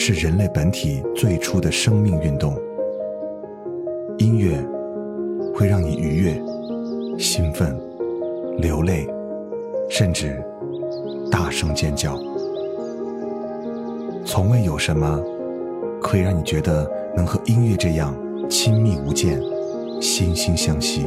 是人类本体最初的生命运动。音乐会让你愉悦、兴奋、流泪，甚至大声尖叫。从未有什么可以让你觉得能和音乐这样亲密无间、惺惺相惜。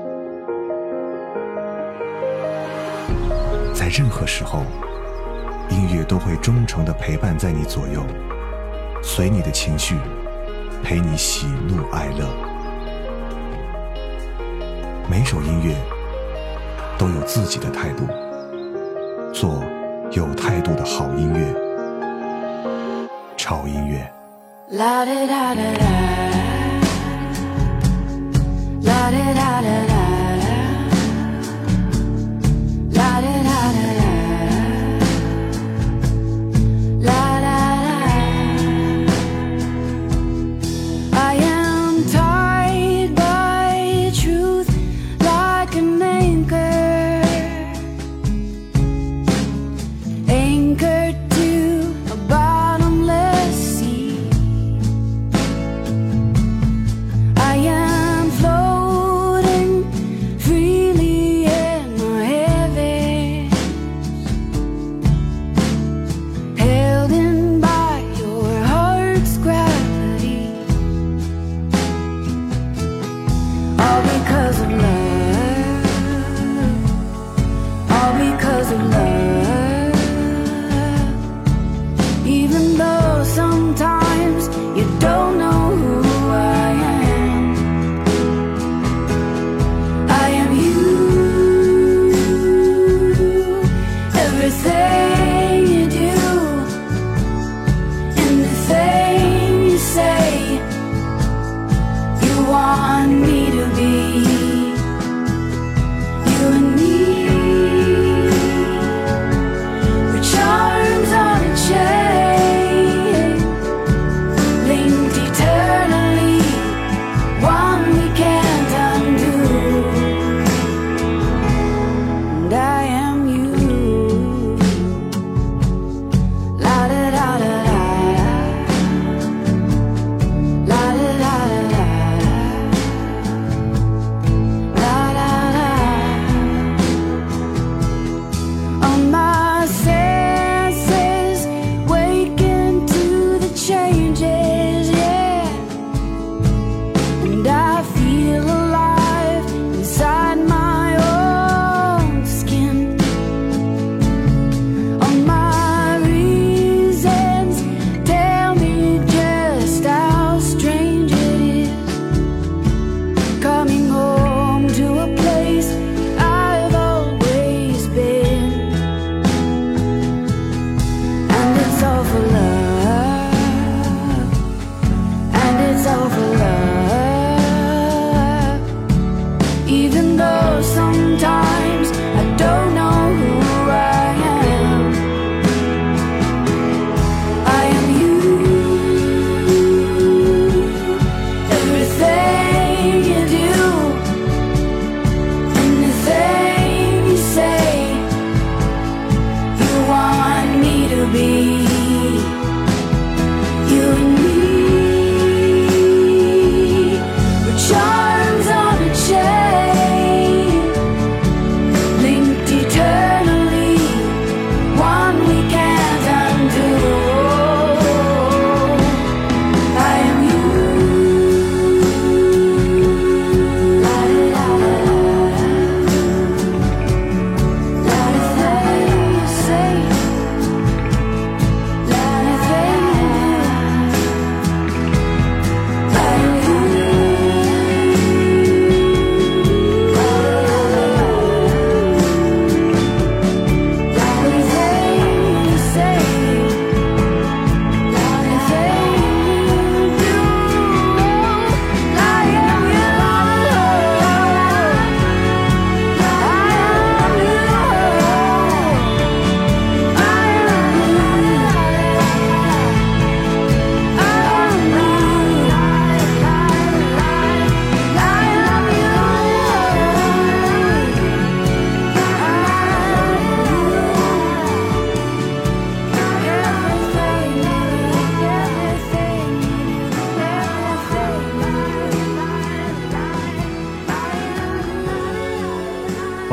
在任何时候，音乐都会忠诚地陪伴在你左右，随你的情绪，陪你喜怒哀乐。每首音乐都有自己的态度，做有态度的好音乐，潮音乐。 啦啦啦啦啦，啦啦啦啦啦。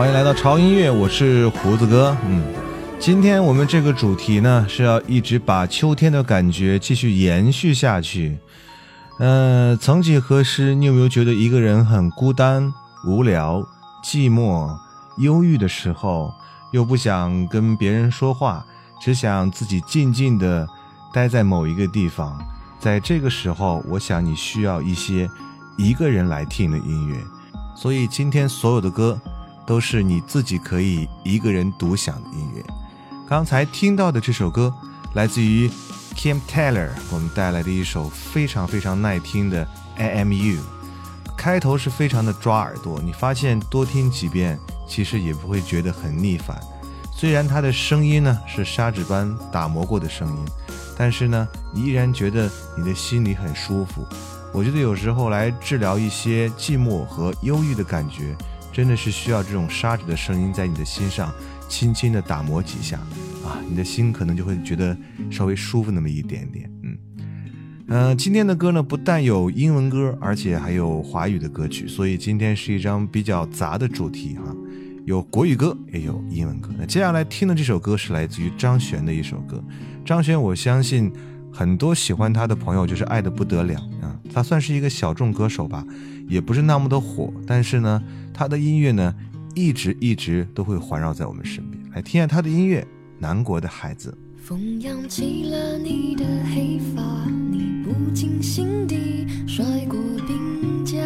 欢迎来到潮音乐，我是胡子哥。今天我们这个主题呢，是要一直把秋天的感觉继续延续下去。曾几何时，你有没有觉得一个人很孤单、无聊、寂寞、忧郁的时候，又不想跟别人说话，只想自己静静地待在某一个地方？在这个时候，我想你需要一些一个人来听的音乐。所以今天所有的歌都是你自己可以一个人独享的音乐。刚才听到的这首歌来自于 Kim Taylor， 我们带来的一首非常非常耐听的 I Am You。 开头是非常的抓耳朵，你发现多听几遍其实也不会觉得很腻烦。虽然它的声音呢是砂纸般打磨过的声音，但是呢你依然觉得你的心里很舒服。我觉得有时候来治疗一些寂寞和忧郁的感觉，真的是需要这种砂纸的声音在你的心上轻轻地打磨几下啊，你的心可能就会觉得稍微舒服那么一点点。今天的歌呢不但有英文歌，而且还有华语的歌曲，所以今天是一张比较杂的主题哈，有国语歌也有英文歌。那接下来听的这首歌是来自于张悬的一首歌。张悬我相信很多喜欢他的朋友就是爱得不得了啊，他算是一个小众歌手吧，也不是那么的火，但是呢他的音乐呢一直都会环绕在我们身边。来听下他的音乐《南国的孩子》。 风扬起了你的黑发，你不经心地甩过鬓角，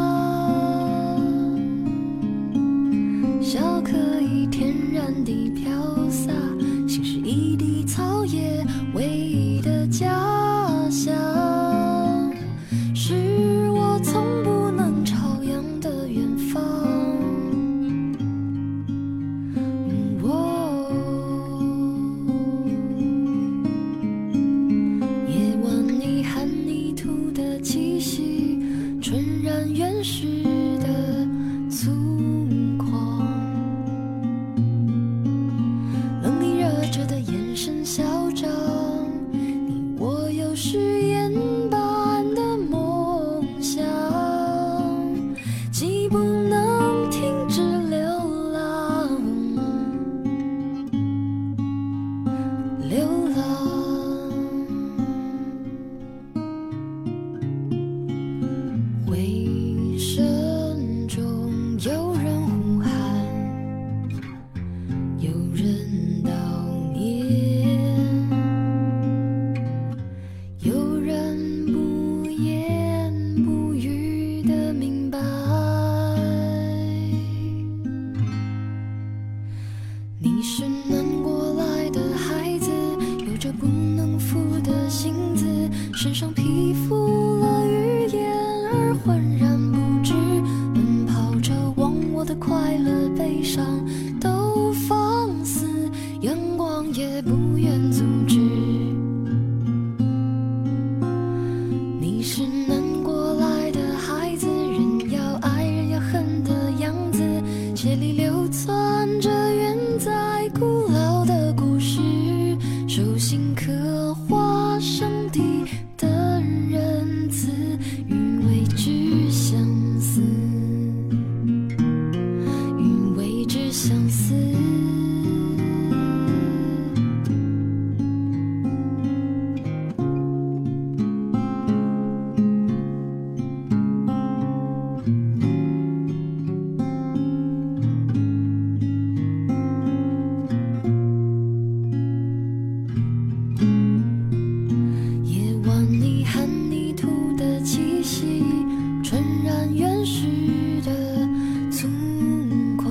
笑可以天然地飘洒，心是一地草野唯一的家乡，是我从不能超越的远方。夜晚你含泥土的气息，纯然原始的粗犷，冷里热着的眼神嚣张，你我有誓言般的梦想，既不能停止流浪，流浪。回声中有人呼喊，有人悼念，有人不言不语的明白。你是南国来的孩子，有着不能负的性子，身上披覆了语言而浑然不知，奔跑着忘我的快乐悲伤都放肆，阳光也不愿阻止。你是南国来的孩子，人要爱人要恨的样子，血里流窜着远在古老的故事，手心刻画上帝的仁慈，与未知相似，与未知相似。夜晚你含泥土的气息，纯然原始的粗犷，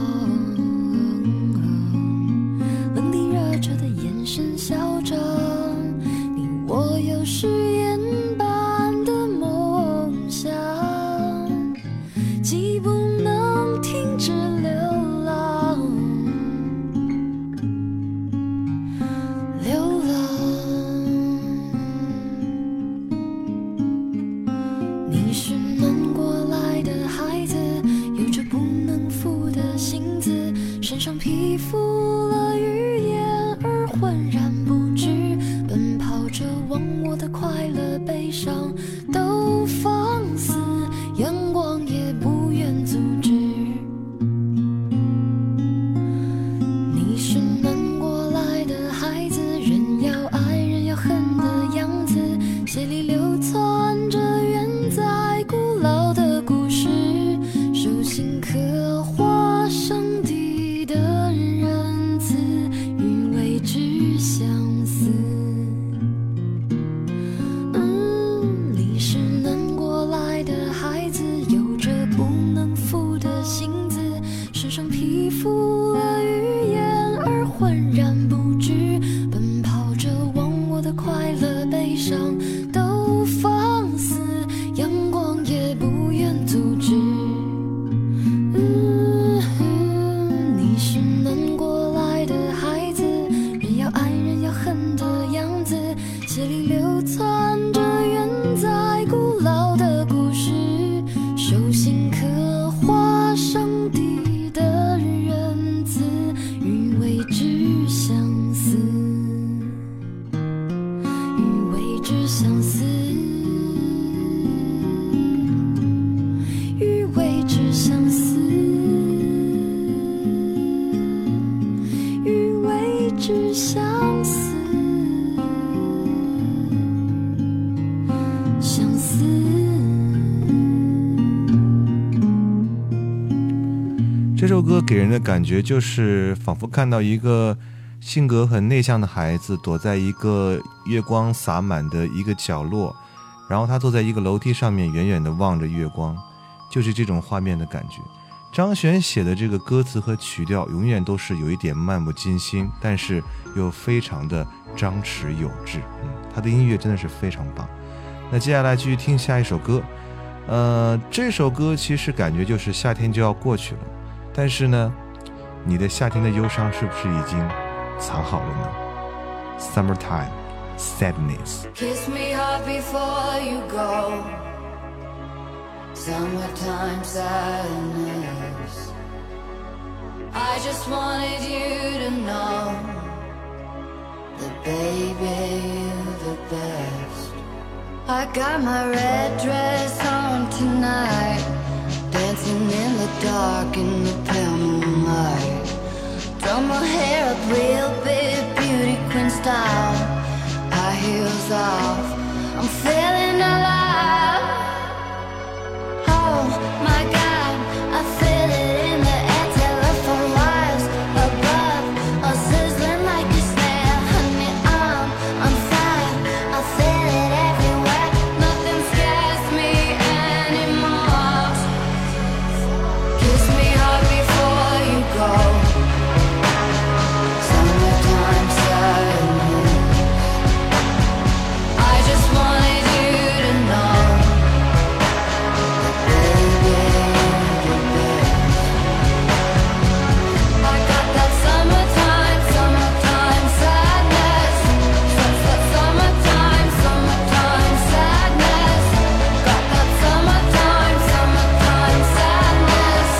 冷里热着的眼神嚣张，你我有誓言般的梦想，既不能停止流浪，流浪。你是南国来的孩子，有着不能负的性子，身上披覆了语言而浑然不知，奔跑着忘我的快乐悲伤都放肆，阳光也不愿阻止。 爱人要恨的样子，血里流淌着远在古老的故事，手心刻画上帝的仁慈，与未知相似，与未知相似，与未知相似，与未知相似，相似。 这首歌给人的感觉就是仿佛看到一个性格很内向的孩子躲在一个月光洒满的一个角落，然后他坐在一个楼梯上面远远地望着月光，就是这种画面的感觉。张悬写的这个歌词和曲调永远都是有一点漫不经心，但是又非常的张弛有致。他的音乐真的是非常棒。那接下来继续听下一首歌。这首歌其实感觉就是夏天就要过去了，但是呢，你的夏天的忧伤是不是已经藏好了呢？ Summertime Sadness。 Kiss me hard before you go. Summertime sadness. I just wanted you to know that baby you're the best. I got my red dress on tonight, dancing in the dark in the pale moonlight. Done my hair up real big, beauty queen style, high heels off, I'm feeling alive. Oh my God, I feel it in the air, telephone wires above, all sizzling like a snare. Honey, I'm on fire, I feel it everywhere, nothing scares me anymore. Kiss me hard before you go. Summertime sadness. I just wanted you to know that baby you're the best. I got that summertime, summertime sadness. Summertime, summertime sadness. Got that summertime, summertime sadness.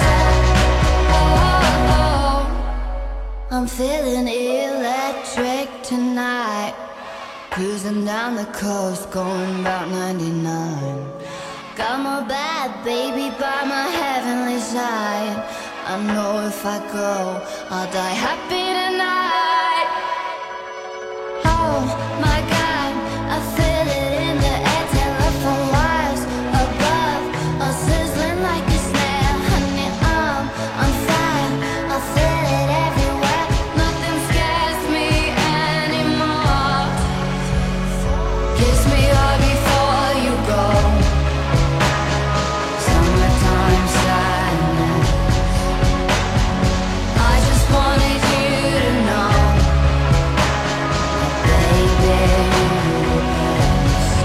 Oh, I'm feeling electric tonight, cruising down the coast, going about 99. Got my bad baby by my heavenly side. I know if I go, I'll die happy tonight. Oh my God, I feel it in the air, telephone wires above, all sizzling like a snare. Honey, I'm on fire, I feel it everywhere, nothing scares me anymore. Kiss me hard before you go. Summertime sadness. I just wanted you to know that baby you're the best.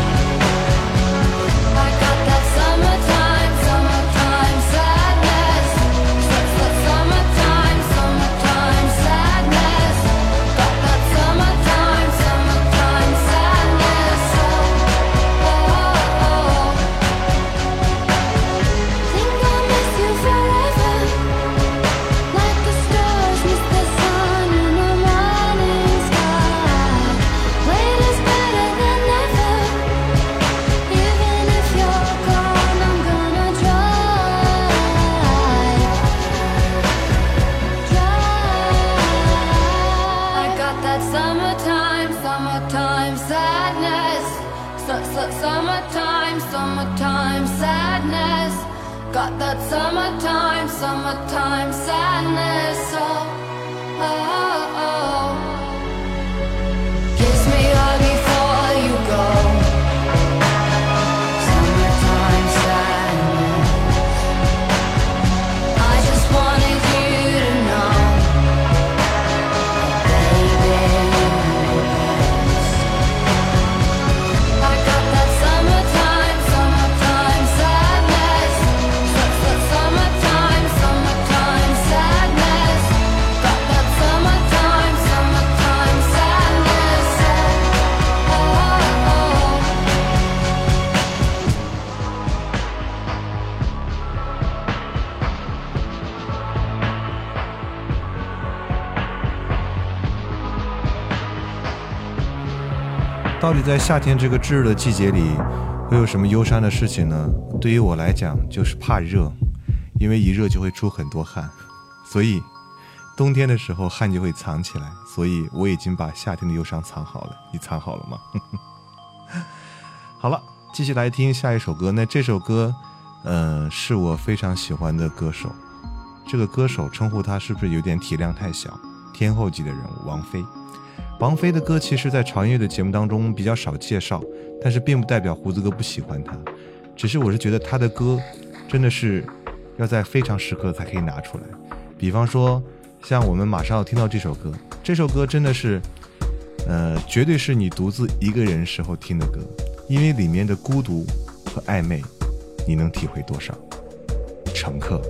I got that summertime, summertime sadness. Summertime, summertime sadness. Got that summertime, summertime sadness. Oh. Think I'll miss you forever, like the stars miss the sun in the morning sky. Wait is better than never. Even if you're gone, I'm gonna try. I got that summertime, summertime sadness. Summertime, summertime sadness. Got that summertime, summertime sadness. Oh. Kiss me hard before you go. Summertime sadness. I just wanted you to know that baby you're the best. I got that summertime, summertime sadness. Summertime, summertime sadness. Got that summertime, summertime 到底在夏天这个炙热的季节里会有什么忧伤的事情呢？对于我来讲就是怕热，因为一热就会出很多汗，所以冬天的时候汗就会藏起来，所以我已经把夏天的忧伤藏好了。你藏好了吗？好了，继续来听下一首歌。那这首歌是我非常喜欢的歌手，这个歌手称呼他是不是有点体量太小，天后级的人物王菲。王菲的歌其实在潮音乐的节目当中比较少介绍，但是并不代表胡子哥不喜欢他，只是我是觉得他的歌真的是要在非常时刻才可以拿出来。比方说像我们马上要听到这首歌，这首歌真的是绝对是你独自一个人时候听的歌，因为里面的孤独和暧昧你能体会多少？乘客。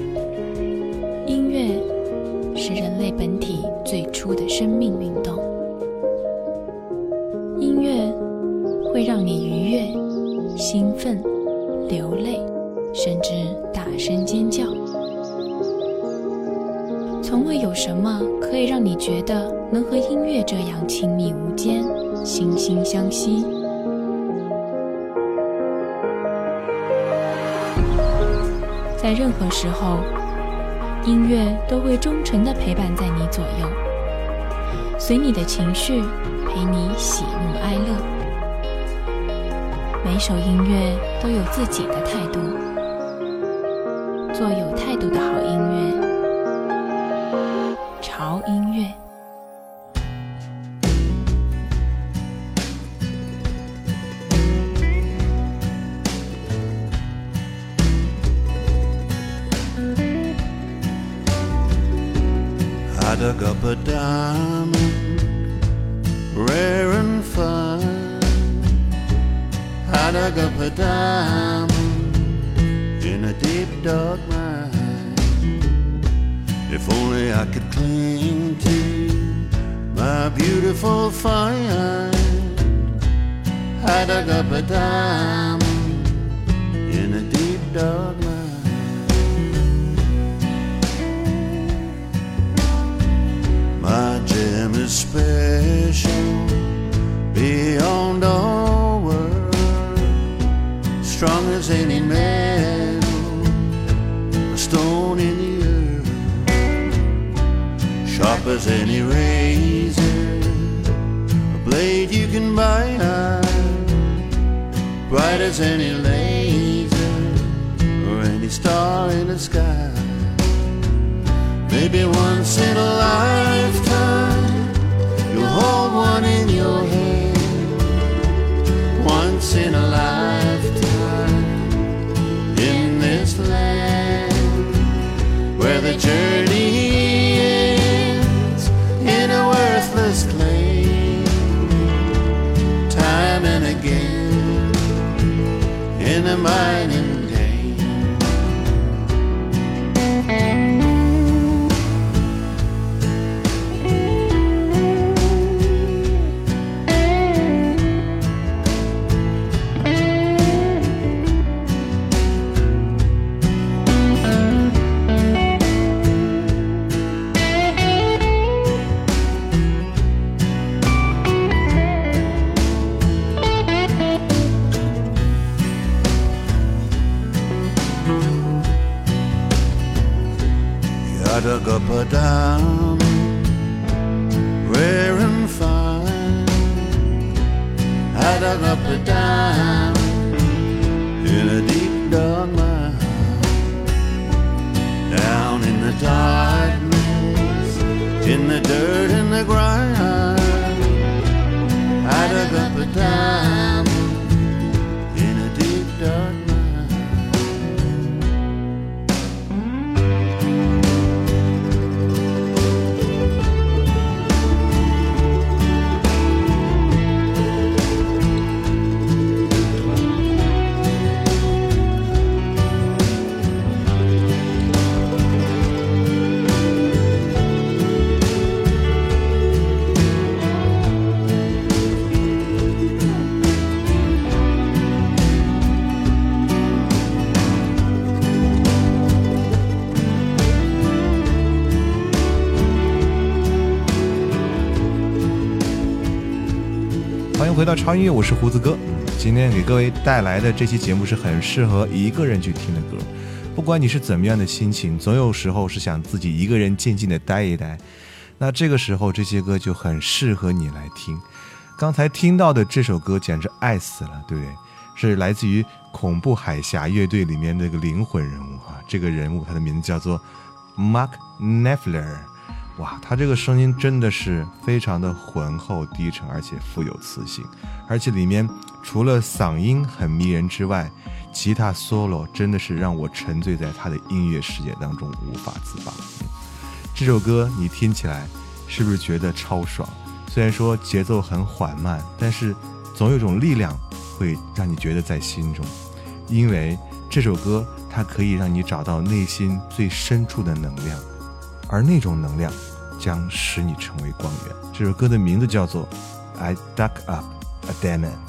音乐是人类本体最初的生命运动。 会让你愉悦、兴奋、流泪，甚至大声尖叫。从未有什么可以让你觉得能和音乐这样亲密无间、惺惺相惜。在任何时候，音乐都会忠诚地陪伴在你左右，随你的情绪，陪你喜怒哀乐。每首音乐都有自己的态度，做有态度的好音乐，潮音乐。 I dug up a diamond, rare and fine. I dug up a diamond in a deep dark mine. If only I could cling to my beautiful find. I dug up a diamond in a deep dark mine. My gem is special beyond all words, strong as any metal, a stone in the earth, sharp as any razor, a blade you can buy, bright as any laser or any star in the sky. Maybe once in a lifetime you'll hold one in your hand. Once in a lifetime in this land where the journey ends in a worthless claim, time and again in a mining game. I dug up a diamond, rare and fine. I dug up a diamond in a deep dark mine. Down in the darkness, in the dirt and the grind, I dug up a diamond in a deep dark mine. 欢迎回到潮音乐，我是胡子哥。今天给各位带来的这期节目是很适合一个人去听的歌，不管你是怎么样的心情，总有时候是想自己一个人静静的待一待，那这个时候这些歌就很适合你来听。刚才听到的这首歌简直爱死了，对不对？是来自于恐怖海峡乐队里面的一个灵魂人物啊，这个人物他的名字叫做 Mark Knopfler。哇，他这个声音真的是非常的浑厚低沉，而且富有磁性，而且里面除了嗓音很迷人之外，吉他 solo 真的是让我沉醉在他的音乐世界当中无法自拔。这首歌你听起来是不是觉得超爽？虽然说节奏很缓慢，但是总有一种力量会让你觉得在心中，因为这首歌它可以让你找到内心最深处的能量，而那种能量将使你成为光源。这首歌的名字叫做 I Dug Up a Diamond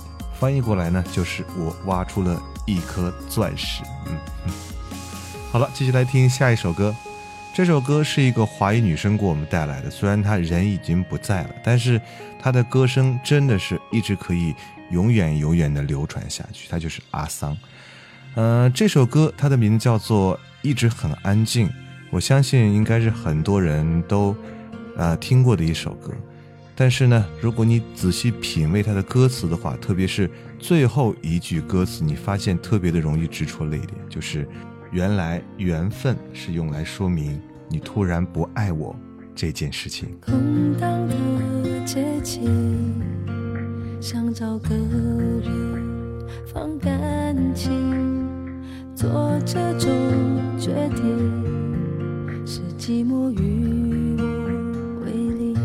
翻译过来呢就是我挖出了一颗钻石。好了，继续来听下一首歌。这首歌是一个华裔女生给我们带来的，虽然她人已经不在了，但是她的歌声真的是一直可以永远永远的流传下去，她就是阿桑。这首歌它的名字叫做一直很安静，我相信应该是很多人都听过的一首歌。但是呢，如果你仔细品味它的歌词的话，特别是最后一句歌词，你发现特别的容易直戳泪点，就是原来缘分是用来说明你突然不爱我这件事情。 空荡的街景，想找个人放感情，做这种决定是寂寞与我为邻。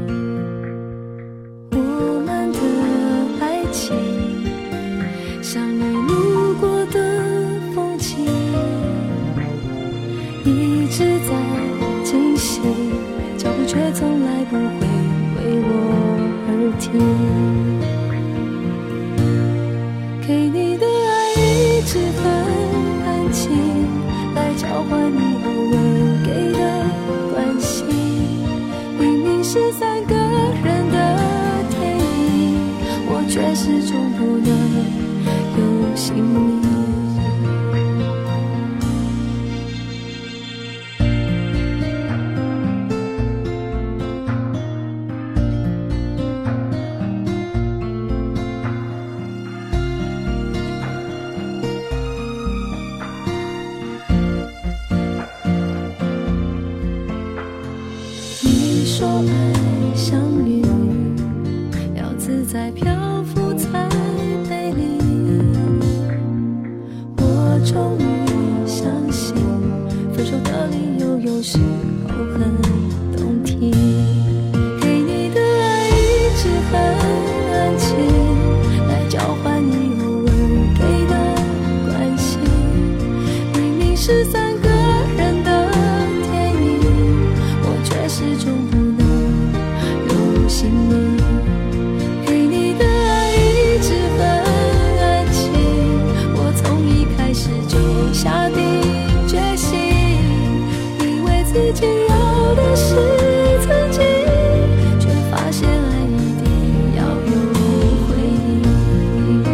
我们的爱情像你路过的风景，一直在惊喜，脚步却从来不会为我而停。给你的爱一直很安静，来交换你偶尔给的关心。明明是3个人的电影，我却始终不能有姓名。说爱像云，要自在漂浮才美丽。我终于相信，分手的理由有时候很动听。给你的爱一直很安静，来交换你偶尔给的关心。明明是3个人的电影，我却始终不心里。给你的爱一直很安静，我从一开始就下定决心，以为自己要的是曾经，却发现爱一定要有回应。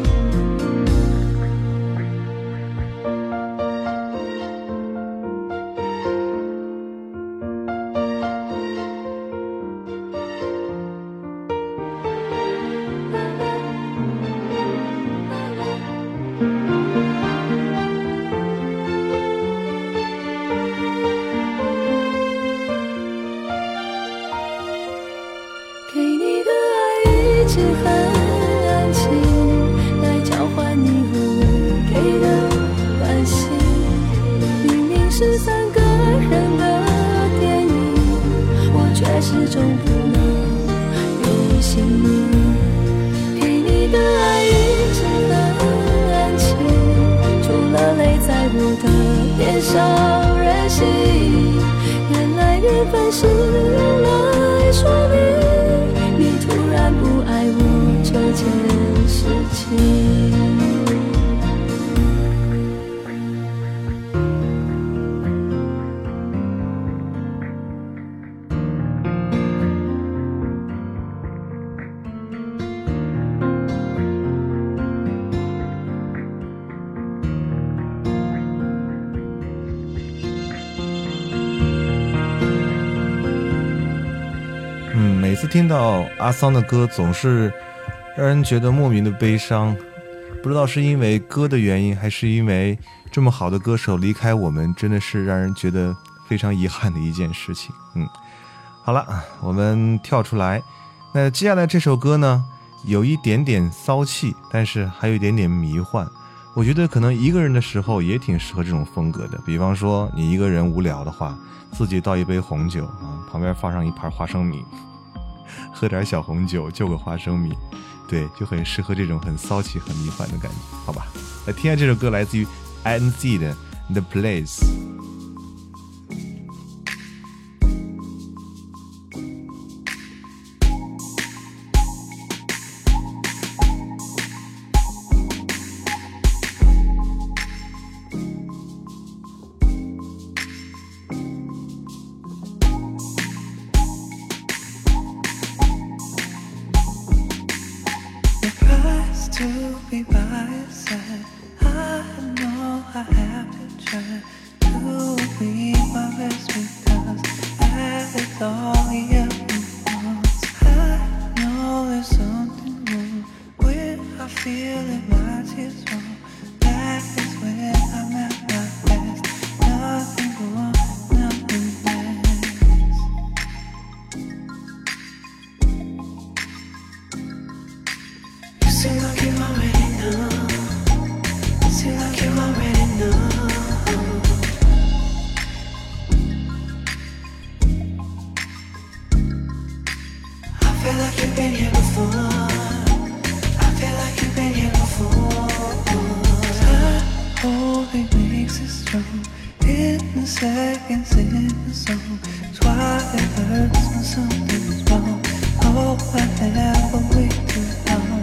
给你的爱一直很安静，来交换你偶尔给的关心。明明是3个人的电影，我却始终不能有姓名。给你的爱一直很安静，除了泪在我的脸上任性。原来缘分是用来说明你突然不爱我这件事情。 每次听到阿桑的歌总是让人觉得莫名的悲伤，不知道是因为歌的原因，还是因为这么好的歌手离开我们，真的是让人觉得非常遗憾的一件事情。好了，我们跳出来。那接下来这首歌呢，有一点点骚气，但是还有一点点迷幻。我觉得可能一个人的时候也挺适合这种风格的，比方说你一个人无聊的话，自己倒一杯红酒旁边放上一盘花生米，喝点小红酒，就个花生米，对，就很适合这种很骚气很迷幻的感觉，好吧。来听下这首歌，来自于 INC 的 The Place。 I have to try to be my best because that is all he ever wants. I know there's something wrong when I feel that my tears fall. That is when I'm at my best. Nothing more, nothing less. You seem like you already know. You seem like you already know. I feel like you've been here before. I feel like you've been here before. Time only makes us strong. In the seconds, in the song. That's why it hurts when something's wrong. Oh, I never wait too long.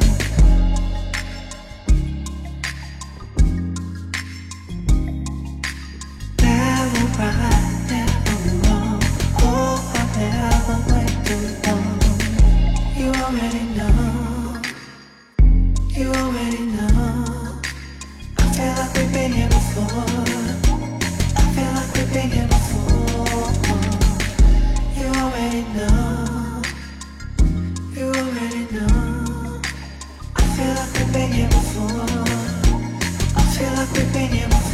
Never right, never wrong. Oh, I never wait too long. You already know. You already know. I feel like we've been here before. I feel like we've been here before. You already know. You already know. I feel like we've been here before. I feel like we've been here before.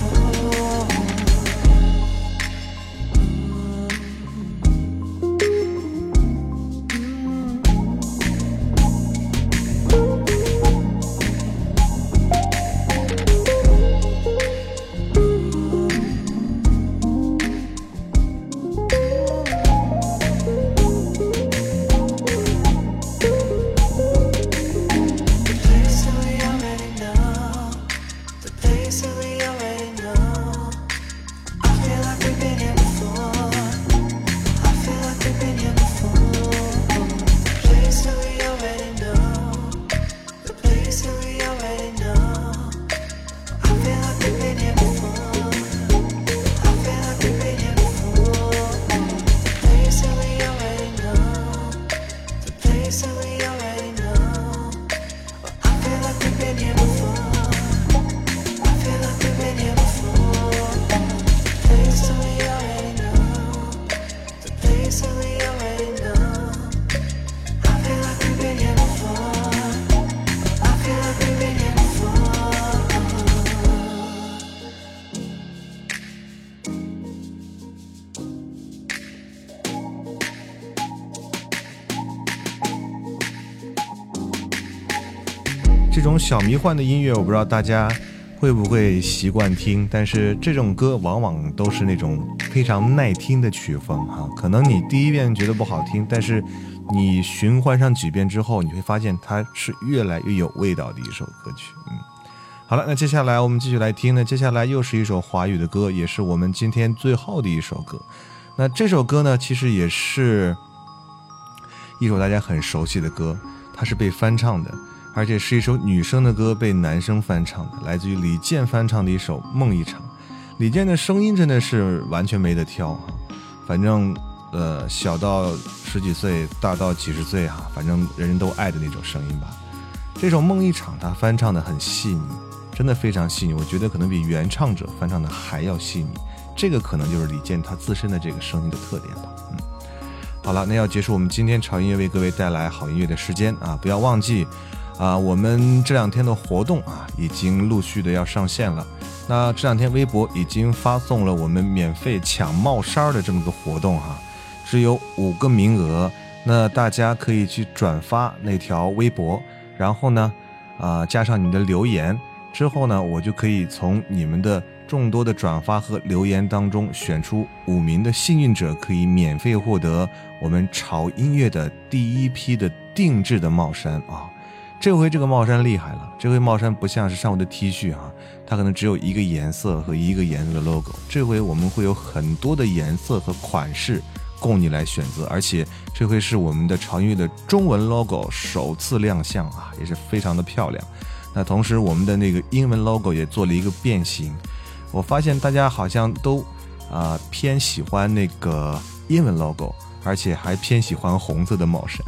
这种小迷幻的音乐，我不知道大家会不会习惯听，但是这种歌往往都是那种非常耐听的曲风哈。可能你第一遍觉得不好听，但是你循环上几遍之后，你会发现它是越来越有味道的一首歌曲。好了，那接下来我们继续来听呢。接下来又是一首华语的歌，也是我们今天最后的一首歌。那这首歌呢，其实也是一首大家很熟悉的歌，它是被翻唱的。而且是一首女生的歌被男生翻唱的，来自于李健翻唱的一首《梦一场》。李健的声音真的是完全没得挑，反正小到十几岁，大到几十岁哈，反正人人都爱的那种声音吧。这首《梦一场》他翻唱的很细腻，真的非常细腻，我觉得可能比原唱者翻唱的还要细腻。这个可能就是李健他自身的这个声音的特点吧。好了，那要结束我们今天潮音乐为各位带来好音乐的时间啊，不要忘记我们这两天的活动已经陆续的要上线了。那这两天微博已经发送了我们免费抢帽衫的这么个活动只有5个名额。那大家可以去转发那条微博，然后呢加上你的留言之后呢，我就可以从你们的众多的转发和留言当中选出5名的幸运者，可以免费获得我们潮音乐的第一批的定制的帽衫这回这个帽衫厉害了，这回帽衫不像是上回的 T 恤它可能只有一个颜色和一个颜色的 logo， 这回我们会有很多的颜色和款式供你来选择，而且这回是我们的潮音乐的中文 logo 首次亮相也是非常的漂亮。那同时我们的那个英文 logo 也做了一个变形，我发现大家好像都偏喜欢那个英文 logo， 而且还偏喜欢红色的帽衫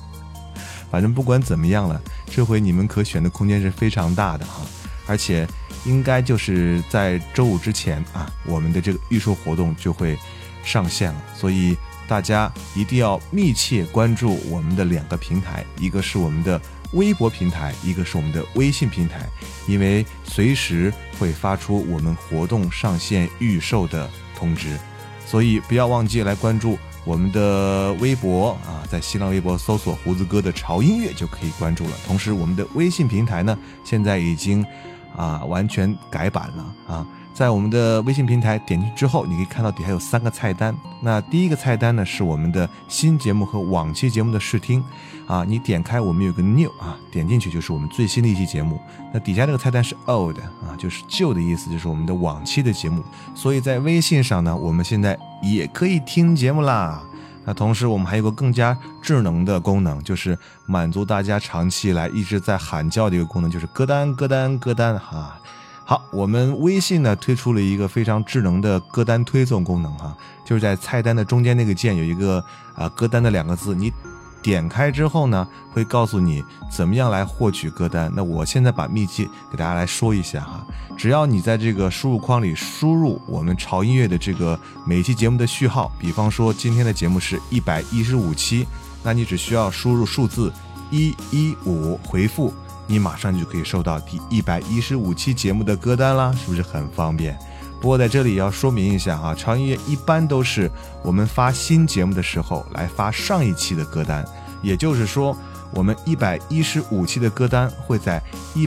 反正不管怎么样了，这回你们可选的空间是非常大的而且应该就是在周五之前啊，我们的这个预售活动就会上线了，所以大家一定要密切关注我们的2个平台，一个是我们的微博平台，一个是我们的微信平台，因为随时会发出我们活动上线预售的通知，所以不要忘记来关注我们的微博啊，在新浪微博搜索胡子哥的潮音乐就可以关注了。同时我们的微信平台呢，现在已经完全改版了啊。在我们的微信平台点进去之后，你可以看到底下有3个菜单。那第一个菜单呢，是我们的新节目和往期节目的试听啊，你点开我们有个 new 啊，点进去就是我们最新的一期节目。那底下这个菜单是 old 啊，就是旧的意思，就是我们的往期的节目。所以在微信上呢，我们现在也可以听节目啦。那同时我们还有个更加智能的功能，就是满足大家长期以来一直在喊叫的一个功能，就是歌单哈。好，我们微信呢推出了一个非常智能的歌单推送功能哈，就是在菜单的中间那个键有一个歌单的2个字，你点开之后呢，会告诉你怎么样来获取歌单。那我现在把秘籍给大家来说一下哈，只要你在这个输入框里输入我们潮音乐的这个每一期节目的序号，比方说今天的节目是115期，那你只需要输入数字115回复，你马上就可以收到第115期节目的歌单啦，是不是很方便？不过在这里要说明一下哈，潮音乐一般都是我们发新节目的时候来发上一期的歌单，也就是说我们115期的歌单会在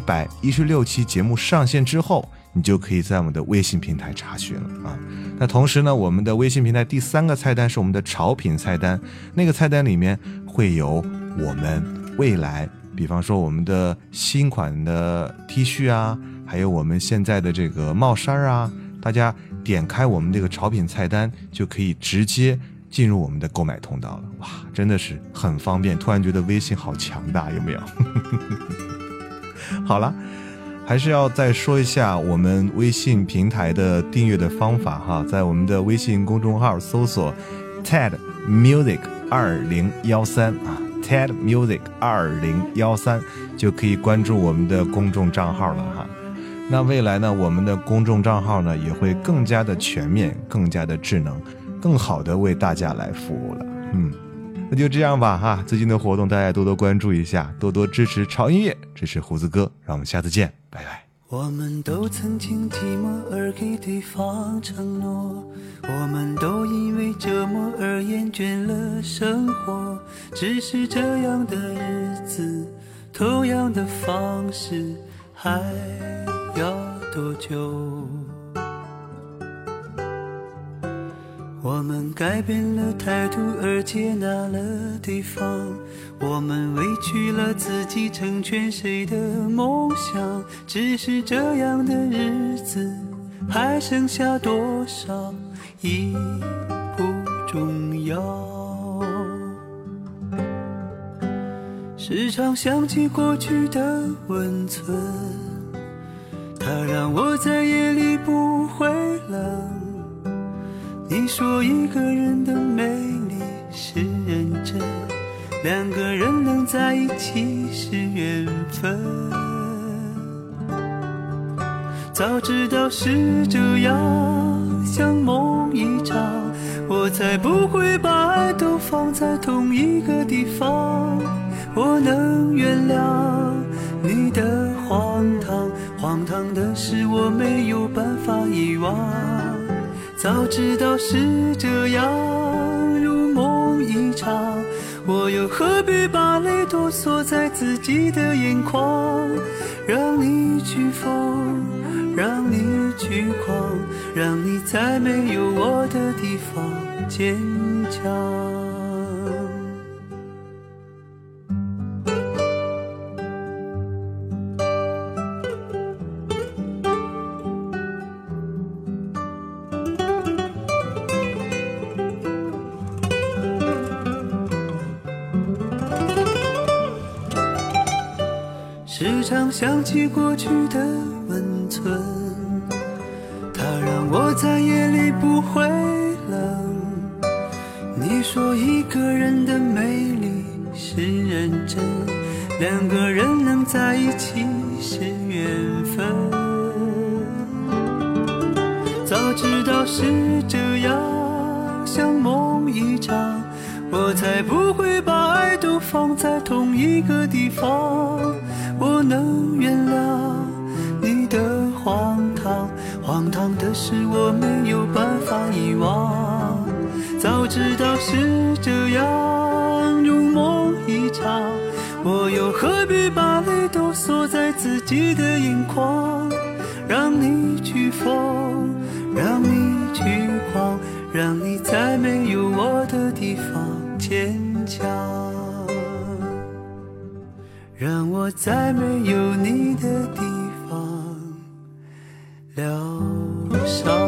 116期节目上线之后，你就可以在我们的微信平台查询了啊。那同时呢，我们的微信平台第3个菜单是我们的潮品菜单，那个菜单里面会有我们未来比方说我们的新款的 T 恤啊，还有我们现在的这个帽衫啊，大家点开我们这个潮品菜单就可以直接进入我们的购买通道了。哇，真的是很方便，突然觉得微信好强大，有没有？好了，还是要再说一下我们微信平台的订阅的方法哈，在我们的微信公众号搜索 TED Music 2013啊，TED Music 2013就可以关注我们的公众账号了哈。那未来呢，我们的公众账号呢也会更加的全面，更加的智能，更好的为大家来服务了。那就这样吧哈，最近的活动大家多多关注一下，多多支持潮音乐，支持胡子哥，让我们下次见，拜拜。 我们都曾经寂寞而给对方承诺，我们都因为折磨而厌倦了生活，只是这样的日子，同样的方式，还要多久？我们改变了态度而接纳了对方，我们委屈了自己成全谁的梦想，只是这样的日子还剩下多少已不重要。时常想起过去的温存，它让我在夜里不会冷。你说一个人的美丽是认真，两个人能在一起是缘分。早知道是这样，像梦一场，我才不会把爱都放在同一个地方。我能原谅你的荒唐，荒唐的是我没有办法遗忘。早知道是这样，如梦一场，我又何必把泪都锁在自己的眼眶？让你去疯，让你去狂，让你在没有我的地方坚强。时常想起过去的温存，它让我在夜里不会冷。你说一个人的美丽是认真，两个人能在一起是缘分。 早知道是这样，像梦一场，我才不会把爱都放在同一个地方。我能原谅你的荒唐，荒唐的是我没有办法遗忘。早知道是这样，如梦一场，我又何必把泪都锁在自己的眼眶？让你去疯，让你去狂，让你在没有我的地方坚强，让我在没有你的地方疗伤。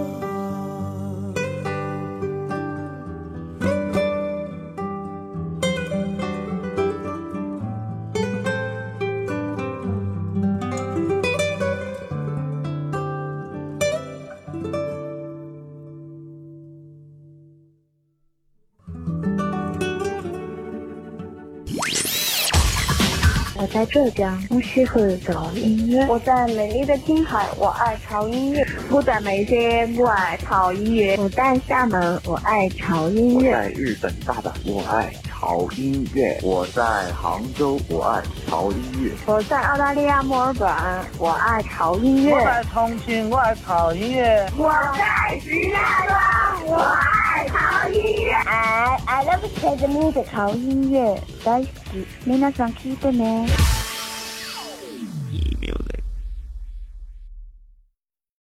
我在浙江，我喜欢潮音乐。 我在美丽的青海，我爱潮音乐。 我在梅街，我爱潮音乐。我在厦门，我爱潮音乐。 我在日本大阪，我爱潮音乐。我在杭州，我爱潮音乐。 我在澳大利亚墨尔本，我爱潮音乐。 我在重庆，我爱潮音乐。 我在石家庄，我爱潮音乐。 I love Chinese 潮音乐大好き。皆さん聞いてね。